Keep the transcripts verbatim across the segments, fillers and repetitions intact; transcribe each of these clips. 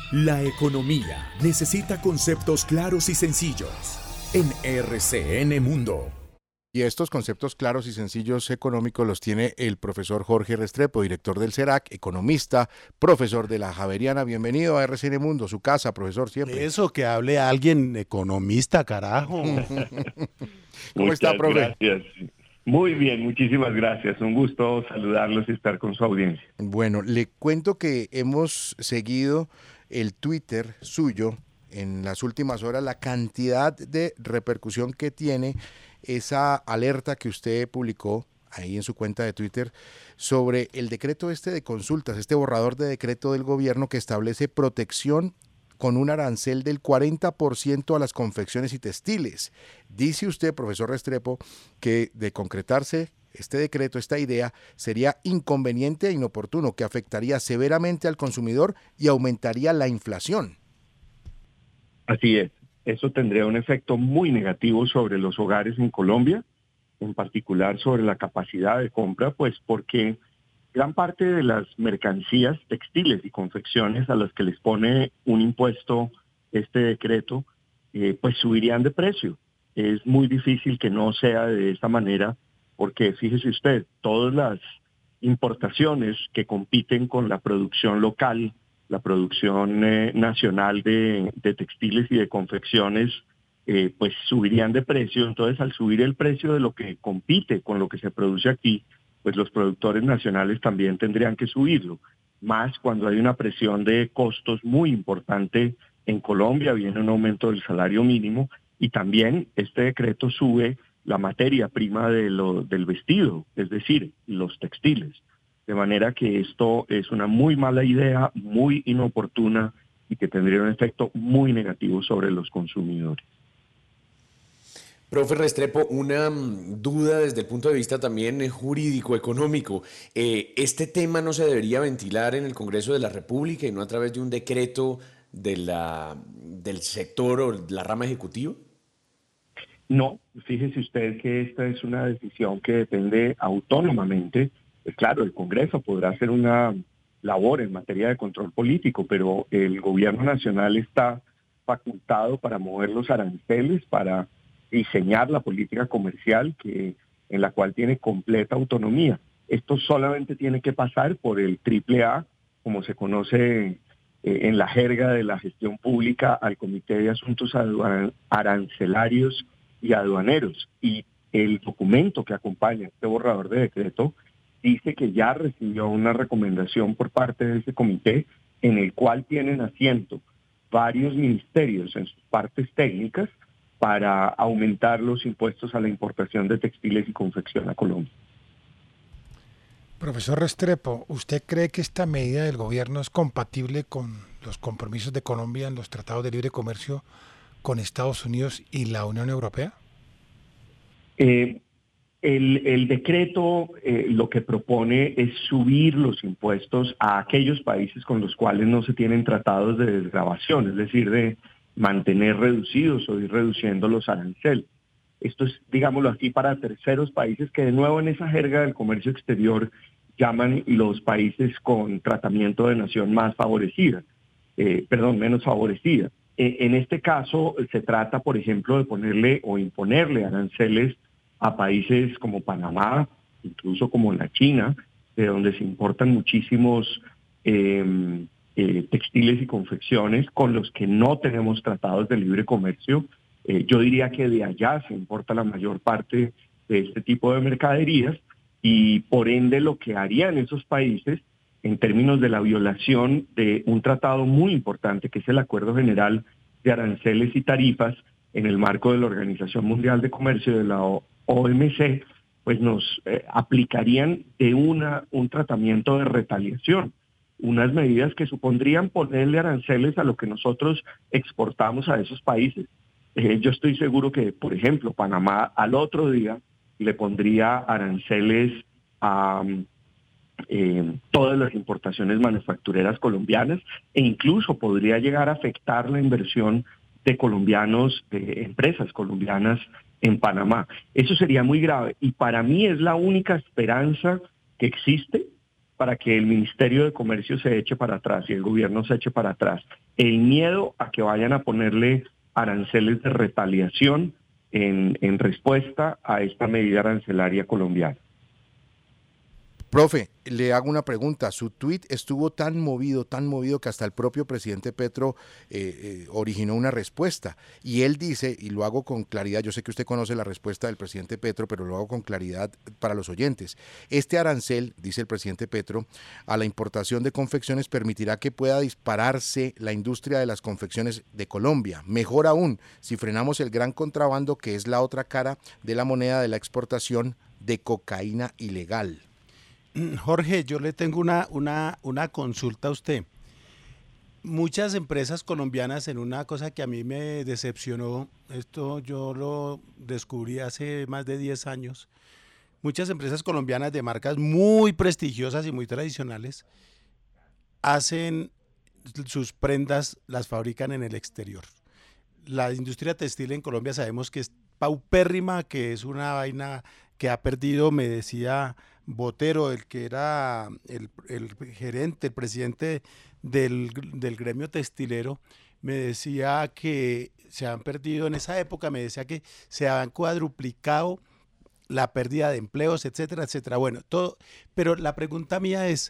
La economía necesita conceptos claros y sencillos. En R C N Mundo. Y estos conceptos claros y sencillos económicos los tiene el profesor Jorge Restrepo, director del CERAC, economista, profesor de la Javeriana. Bienvenido a R C N Mundo, su casa, profesor, siempre. Eso, que hable alguien economista, carajo. ¿Cómo está, profe? Gracias. Muy bien, muchísimas gracias. Un gusto saludarlos y estar con su audiencia. Bueno, le cuento que hemos seguido el Twitter suyo en las últimas horas, la cantidad de repercusión que tiene esa alerta que usted publicó ahí en su cuenta de Twitter sobre el decreto este de consultas, este borrador de decreto del gobierno que establece protección con un arancel del cuarenta por ciento a las confecciones y textiles. Dice usted, profesor Restrepo, que de concretarse este decreto, esta idea, sería inconveniente e inoportuno, que afectaría severamente al consumidor y aumentaría la inflación. Así es. Eso tendría un efecto muy negativo sobre los hogares en Colombia, en particular sobre la capacidad de compra, pues porque gran parte de las mercancías textiles y confecciones a las que les pone un impuesto este decreto, eh, pues subirían de precio. Es muy difícil que no sea de esta manera, porque fíjese usted, todas las importaciones que compiten con la producción local, la producción eh, nacional de, de textiles y de confecciones, eh, pues subirían de precio. Entonces, al subir el precio de lo que compite con lo que se produce aquí, pues los productores nacionales también tendrían que subirlo. Más cuando hay una presión de costos muy importante en Colombia, viene un aumento del salario mínimo y también este decreto sube la materia prima de lo, del vestido, es decir, los textiles. De manera que esto es una muy mala idea, muy inoportuna y que tendría un efecto muy negativo sobre los consumidores. Profe Restrepo, una mm, duda desde el punto de vista también eh, jurídico, económico. Eh, ¿Este tema no se debería ventilar en el Congreso de la República y no a través de un decreto de la, del sector o la rama ejecutiva? No, fíjese usted que esta es una decisión que depende autónomamente. Pues claro, el Congreso podrá hacer una labor en materia de control político, pero el gobierno nacional está facultado para mover los aranceles, para diseñar la política comercial que, en la cual tiene completa autonomía. Esto solamente tiene que pasar por el triple A, como se conoce eh, en la jerga de la gestión pública, al Comité de Asuntos Arancelarios y Aduaneros. Y el documento que acompaña este borrador de decreto dice que ya recibió una recomendación por parte de ese comité en el cual tienen asiento varios ministerios en sus partes técnicas para aumentar los impuestos a la importación de textiles y confección a Colombia. Profesor Restrepo, ¿usted cree que esta medida del gobierno es compatible con los compromisos de Colombia en los tratados de libre comercio con Estados Unidos y la Unión Europea? Eh, el, el decreto eh, lo que propone es subir los impuestos a aquellos países con los cuales no se tienen tratados de desgravación, es decir, de mantener reducidos o ir reduciendo los aranceles. Esto es, digámoslo así, para terceros países que de nuevo en esa jerga del comercio exterior llaman los países con tratamiento de nación más favorecida, eh, perdón, menos favorecida. Eh, en este caso se trata, por ejemplo, de ponerle o imponerle aranceles a países como Panamá, incluso como la China, de donde se importan muchísimos eh, eh, textiles y confecciones con los que no tenemos tratados de libre comercio. Eh, yo diría que de allá se importa la mayor parte de este tipo de mercaderías y por ende lo que harían esos países en términos de la violación de un tratado muy importante que es el Acuerdo General de Aranceles y Tarifas en el marco de la Organización Mundial de Comercio y de la O M C, pues nos eh, aplicarían de una un tratamiento de retaliación, unas medidas que supondrían ponerle aranceles a lo que nosotros exportamos a esos países. Eh, yo estoy seguro que, por ejemplo, Panamá al otro día le pondría aranceles a eh, todas las importaciones manufactureras colombianas e incluso podría llegar a afectar la inversión de colombianos, de empresas colombianas en Panamá. Eso sería muy grave y para mí es la única esperanza que existe para que el Ministerio de Comercio se eche para atrás y el gobierno se eche para atrás. el miedo a que vayan a ponerle aranceles de retaliación en, en respuesta a esta medida arancelaria colombiana. Profe, le hago una pregunta. Su tuit estuvo tan movido, tan movido que hasta el propio presidente Petro eh, eh, originó una respuesta. Y él dice, y lo hago con claridad, yo sé que usted conoce la respuesta del presidente Petro, pero lo hago con claridad para los oyentes. Este arancel, dice el presidente Petro, a la importación de confecciones permitirá que pueda dispararse la industria de las confecciones de Colombia. Mejor aún, si frenamos el gran contrabando, que es la otra cara de la moneda de la exportación de cocaína ilegal. Jorge, yo le tengo una, una, una consulta a usted. Muchas empresas colombianas, en una cosa que a mí me decepcionó, esto yo lo descubrí hace más de diez años, muchas empresas colombianas de marcas muy prestigiosas y muy tradicionales hacen sus prendas, las fabrican en el exterior. La industria textil en Colombia sabemos que es paupérrima, que es una vaina que ha perdido, me decía Botero, el que era el, el gerente, el presidente del, del gremio textilero, me decía que se han perdido en esa época, me decía que se han cuadruplicado la pérdida de empleos, etcétera, etcétera. Bueno, todo, pero la pregunta mía es,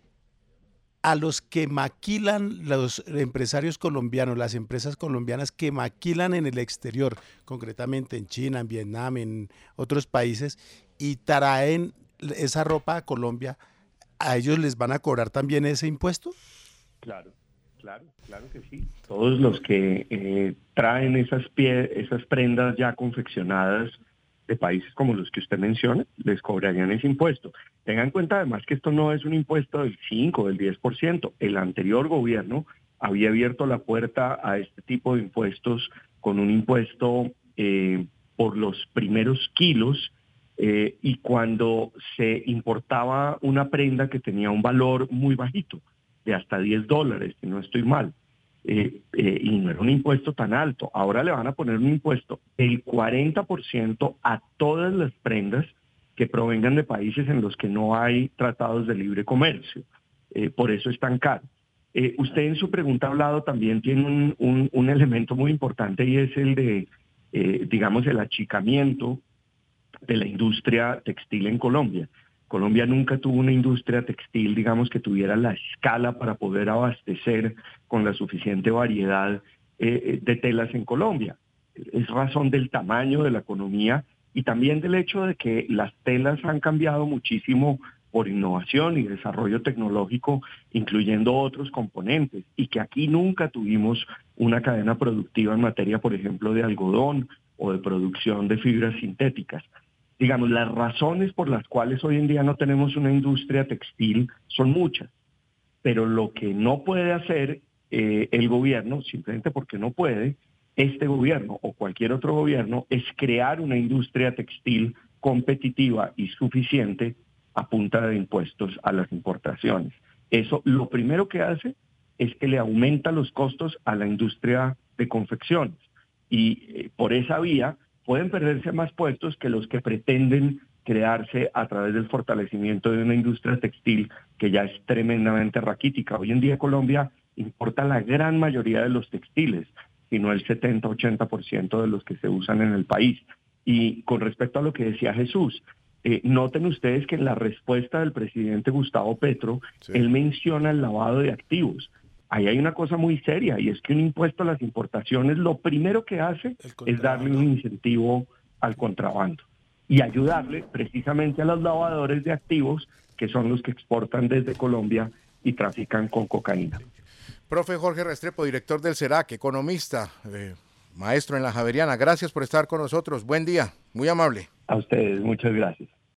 a los que maquilan, los empresarios colombianos, las empresas colombianas que maquilan en el exterior, concretamente en China, en Vietnam, en otros países, y traen esa ropa a Colombia, ¿a ellos les van a cobrar también ese impuesto? Claro, claro, claro que sí. Todos los que eh, traen esas, pie, esas prendas ya confeccionadas de países como los que usted menciona, les cobrarían ese impuesto. Tengan en cuenta además que esto no es un impuesto del cinco, del diez por ciento. El anterior gobierno había abierto la puerta a este tipo de impuestos con un impuesto eh, por los primeros kilos eh, y cuando se importaba una prenda que tenía un valor muy bajito, de hasta diez dólares, si no estoy mal. Eh, eh, y no era un impuesto tan alto. Ahora le van a poner un impuesto del cuarenta por ciento a todas las prendas que provengan de países en los que no hay tratados de libre comercio. Eh, por eso es tan caro. Eh, usted en su pregunta hablado también tiene un, un, un elemento muy importante y es el de, eh, digamos, el achicamiento de la industria textil en Colombia. Colombia nunca tuvo una industria textil, digamos, que tuviera la escala para poder abastecer con la suficiente variedad eh, de telas en Colombia. Es razón del tamaño de la economía y también del hecho de que las telas han cambiado muchísimo por innovación y desarrollo tecnológico, incluyendo otros componentes, y que aquí nunca tuvimos una cadena productiva en materia, por ejemplo, de algodón o de producción de fibras sintéticas. Digamos, las razones por las cuales hoy en día no tenemos una industria textil son muchas, pero lo que no puede hacer eh, el gobierno, simplemente porque no puede, este gobierno o cualquier otro gobierno, es crear una industria textil competitiva y suficiente a punta de impuestos a las importaciones. Eso lo primero que hace es que le aumenta los costos a la industria de confecciones y eh, por esa vía pueden perderse más puestos que los que pretenden crearse a través del fortalecimiento de una industria textil que ya es tremendamente raquítica. Hoy en día Colombia importa la gran mayoría de los textiles, sino el setenta ochenta por ciento de los que se usan en el país. Y con respecto a lo que decía Jesús, eh, noten ustedes que en la respuesta del presidente Gustavo Petro, sí, él menciona el lavado de activos. Ahí hay una cosa muy seria y es que un impuesto a las importaciones lo primero que hace es darle un incentivo al contrabando y ayudarle precisamente a los lavadores de activos que son los que exportan desde Colombia y trafican con cocaína. Profe Jorge Restrepo, director del SERAC, economista, eh, maestro en la Javeriana, gracias por estar con nosotros. Buen día, muy amable. A ustedes, muchas gracias.